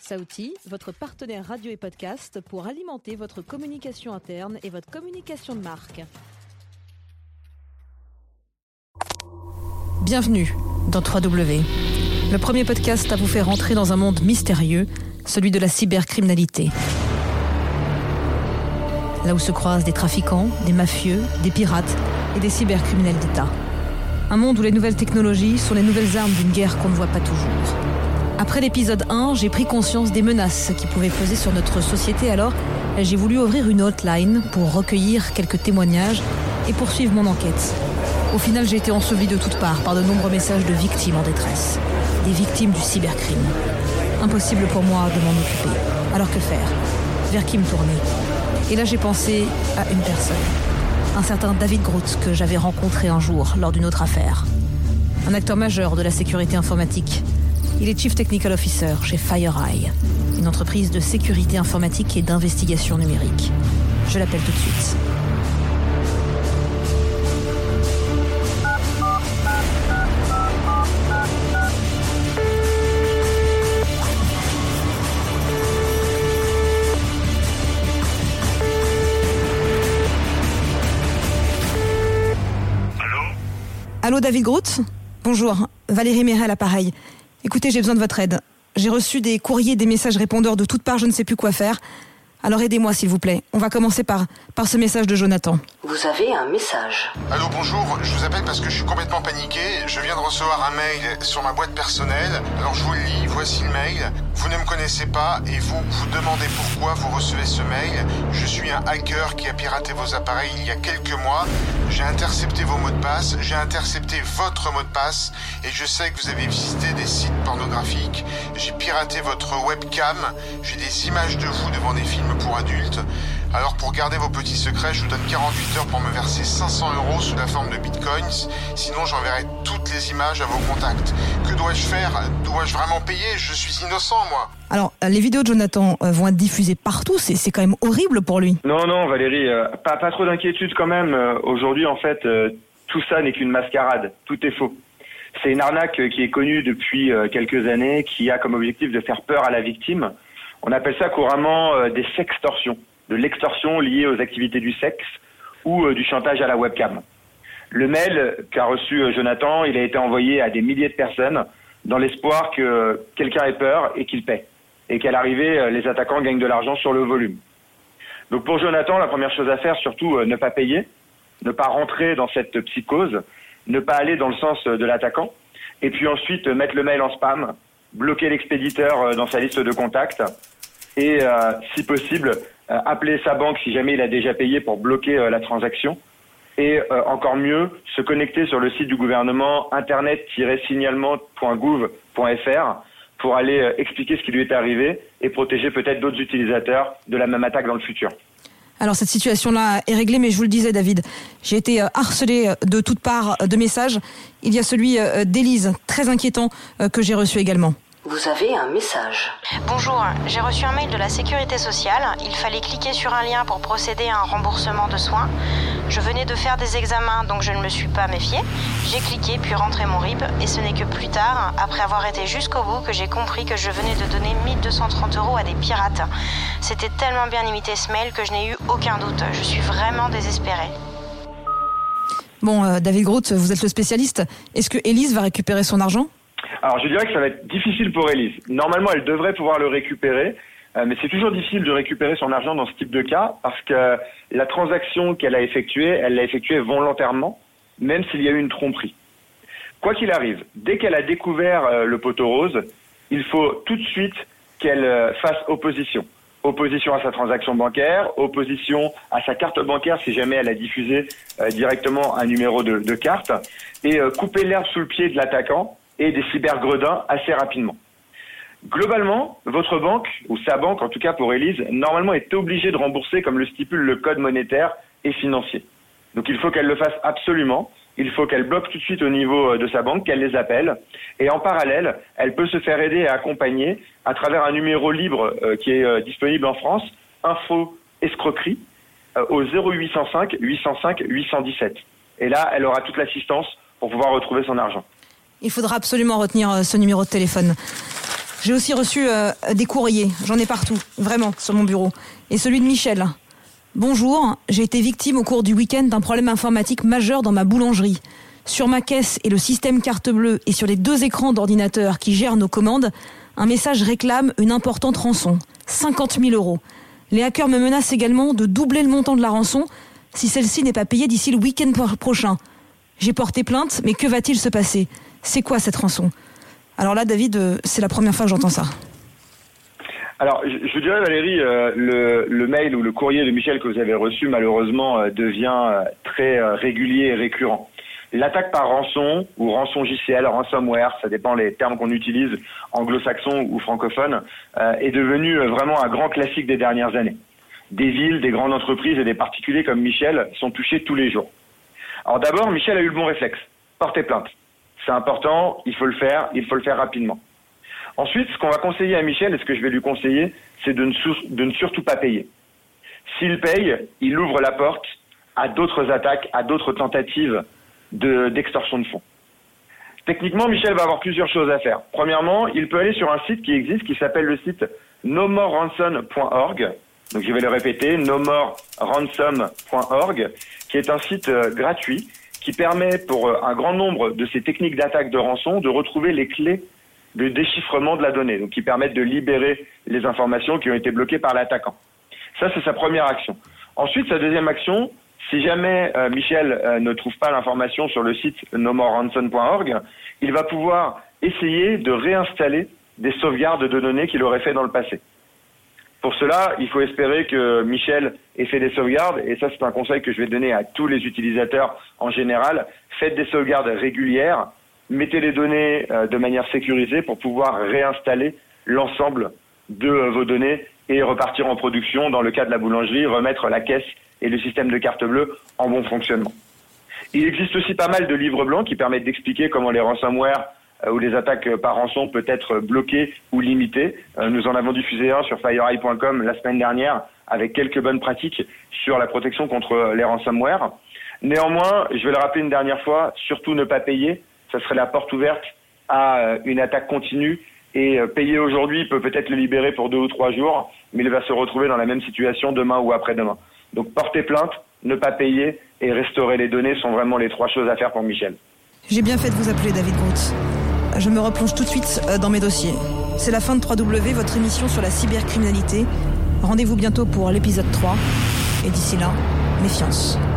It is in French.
Saouti, votre partenaire radio et podcast pour alimenter votre communication interne et votre communication de marque. Bienvenue dans 3W, le premier podcast à vous faire entrer dans un monde mystérieux, celui de la cybercriminalité. Là où se croisent des trafiquants, des mafieux, des pirates et des cybercriminels d'État. Un monde où les nouvelles technologies sont les nouvelles armes d'une guerre qu'on ne voit pas toujours. Après l'épisode 1, j'ai pris conscience des menaces qui pouvaient peser sur notre société. Alors, j'ai voulu ouvrir une hotline pour recueillir quelques témoignages et poursuivre mon enquête. Au final, j'ai été ensevelie de toutes parts par de nombreux messages de victimes en détresse. Des victimes du cybercrime. Impossible pour moi de m'en occuper. Alors que faire ? Vers qui me tourner ? Et là, j'ai pensé à une personne. Un certain David Groot que j'avais rencontré un jour lors d'une autre affaire. Un acteur majeur de la sécurité informatique. Il est Chief Technical Officer chez FireEye, une entreprise de sécurité informatique et d'investigation numérique. Je l'appelle tout de suite. Allô David Groot ? Bonjour, Valérie Méret à l'appareil. Écoutez, j'ai besoin de votre aide. J'ai reçu des courriers, des messages répondeurs de toutes parts, je ne sais plus quoi faire. Alors aidez-moi s'il vous plaît. On va commencer par ce message de Jonathan. Vous avez un message. Allô, bonjour, je vous appelle parce que je suis complètement paniqué. Je viens de recevoir un mail sur ma boîte personnelle. Alors je vous le lis, voici le mail. Vous ne me connaissez pas et vous demandez pourquoi vous recevez ce mail. Je suis un hacker qui a piraté vos appareils il y a quelques mois. J'ai intercepté vos mots de passe, j'ai intercepté votre mot de passe et je sais que vous avez visité des sites pornographiques. J'ai piraté votre webcam, j'ai des images de vous devant des films pour adultes. Alors pour garder vos petits secrets, je vous donne 48 heures pour me verser 500 € sous la forme de bitcoins. Sinon j'enverrai toutes les images à vos contacts. Que dois-je faire ? Dois-je vraiment payer ? Je suis innocent moi. Alors, les vidéos de Jonathan vont être diffusées partout, c'est quand même horrible pour lui. Non Valérie, pas trop d'inquiétude quand même. Aujourd'hui en fait, tout ça n'est qu'une mascarade, tout est faux. C'est une arnaque qui est connue depuis quelques années, qui a comme objectif de faire peur à la victime. On appelle ça couramment des sextorsions, de l'extorsion liée aux activités du sexe ou du chantage à la webcam. Le mail qu'a reçu Jonathan, il a été envoyé à des milliers de personnes dans l'espoir que quelqu'un ait peur et qu'il paie. Et qu'à l'arrivée, les attaquants gagnent de l'argent sur le volume. Donc pour Jonathan, la première chose à faire, surtout, ne pas payer, ne pas rentrer dans cette psychose, ne pas aller dans le sens de l'attaquant, et puis ensuite mettre le mail en spam, bloquer l'expéditeur dans sa liste de contacts, et si possible, appeler sa banque si jamais il a déjà payé pour bloquer la transaction, et encore mieux, se connecter sur le site du gouvernement internet-signalement.gouv.fr pour aller expliquer ce qui lui est arrivé et protéger peut-être d'autres utilisateurs de la même attaque dans le futur. Alors cette situation-là est réglée, mais je vous le disais David, j'ai été harcelée de toutes parts de messages. Il y a celui d'Élise, très inquiétant, que j'ai reçu également. Vous avez un message. Bonjour, j'ai reçu un mail de la Sécurité sociale. Il fallait cliquer sur un lien pour procéder à un remboursement de soins. Je venais de faire des examens, donc je ne me suis pas méfiée. J'ai cliqué puis rentré mon RIB et ce n'est que plus tard, après avoir été jusqu'au bout, que j'ai compris que je venais de donner 1230 € à des pirates. C'était tellement bien imité ce mail que je n'ai eu aucun doute. Je suis vraiment désespérée. Bon, David Groot, vous êtes le spécialiste. Est-ce que Élise va récupérer son argent ? Alors je dirais que ça va être difficile pour Élise. Normalement, elle devrait pouvoir le récupérer, mais c'est toujours difficile de récupérer son argent dans ce type de cas parce que la transaction qu'elle a effectuée, elle l'a effectuée volontairement, même s'il y a eu une tromperie. Quoi qu'il arrive, dès qu'elle a découvert le poteau rose, il faut tout de suite qu'elle fasse opposition. Opposition à sa transaction bancaire, opposition à sa carte bancaire si jamais elle a diffusé directement un numéro de carte, et couper l'herbe sous le pied de l'attaquant et des cybergredins assez rapidement. Globalement, votre banque, ou sa banque en tout cas pour Élise, normalement est obligée de rembourser comme le stipule le code monétaire et financier. Donc il faut qu'elle le fasse absolument, il faut qu'elle bloque tout de suite au niveau de sa banque, qu'elle les appelle, et en parallèle, elle peut se faire aider et accompagner à travers un numéro libre qui est disponible en France, Info Escroquerie, au 0805 805 817. Et là, elle aura toute l'assistance pour pouvoir retrouver son argent. Il faudra absolument retenir ce numéro de téléphone. J'ai aussi reçu des courriers, j'en ai partout, vraiment, sur mon bureau. Et celui de Michel. Bonjour, j'ai été victime au cours du week-end d'un problème informatique majeur dans ma boulangerie. Sur ma caisse et le système carte bleue et sur les 2 écrans d'ordinateur qui gèrent nos commandes, un message réclame une importante rançon, 50 000 €. Les hackers me menacent également de doubler le montant de la rançon si celle-ci n'est pas payée d'ici le week-end prochain. J'ai porté plainte, mais que va-t-il se passer ? C'est quoi cette rançon ? Alors là, David, c'est la première fois que j'entends ça. Alors, je dirais, Valérie, le mail ou le courrier de Michel que vous avez reçu, malheureusement, devient très régulier et récurrent. L'attaque par rançon ou rançon JCL, ransomware, ça dépend les termes qu'on utilise, anglo-saxon ou francophone, est devenu vraiment un grand classique des dernières années. Des villes, des grandes entreprises et des particuliers comme Michel sont touchés tous les jours. Alors d'abord, Michel a eu le bon réflexe, porter plainte. C'est important, il faut le faire rapidement. Ensuite, ce qu'on va conseiller à Michel, et ce que je vais lui conseiller, c'est de ne surtout pas payer. S'il paye, il ouvre la porte à d'autres attaques, à d'autres tentatives d'extorsion de fonds. Techniquement, Michel va avoir plusieurs choses à faire. Premièrement, il peut aller sur un site qui existe, qui s'appelle le site nomoreransom.org. Donc je vais le répéter, nomoreransom.org, qui est un site gratuit qui permet pour un grand nombre de ces techniques d'attaque de rançon de retrouver les clés de déchiffrement de la donnée, donc qui permettent de libérer les informations qui ont été bloquées par l'attaquant. Ça, c'est sa première action. Ensuite, sa deuxième action, si jamais Michel ne trouve pas l'information sur le site nomoreransom.org, il va pouvoir essayer de réinstaller des sauvegardes de données qu'il aurait fait dans le passé. Pour cela, il faut espérer que Michel ait fait des sauvegardes, et ça c'est un conseil que je vais donner à tous les utilisateurs en général. Faites des sauvegardes régulières, mettez les données de manière sécurisée pour pouvoir réinstaller l'ensemble de vos données et repartir en production, dans le cas de la boulangerie, remettre la caisse et le système de carte bleue en bon fonctionnement. Il existe aussi pas mal de livres blancs qui permettent d'expliquer comment les ransomware ou les attaques par rançon peut être bloquées ou limitées. Nous en avons diffusé un sur FireEye.com la semaine dernière avec quelques bonnes pratiques sur la protection contre les ransomware. Néanmoins, je vais le rappeler une dernière fois, surtout ne pas payer. Ça serait la porte ouverte à une attaque continue. Et payer aujourd'hui peut peut-être le libérer pour 2 ou 3 jours, mais il va se retrouver dans la même situation demain ou après-demain. Donc porter plainte, ne pas payer et restaurer les données sont vraiment les 3 choses à faire pour Michel. J'ai bien fait de vous appeler, David Groth. Je me replonge tout de suite dans mes dossiers. C'est la fin de 3W, votre émission sur la cybercriminalité. Rendez-vous bientôt pour l'épisode 3. Et d'ici là, méfiance.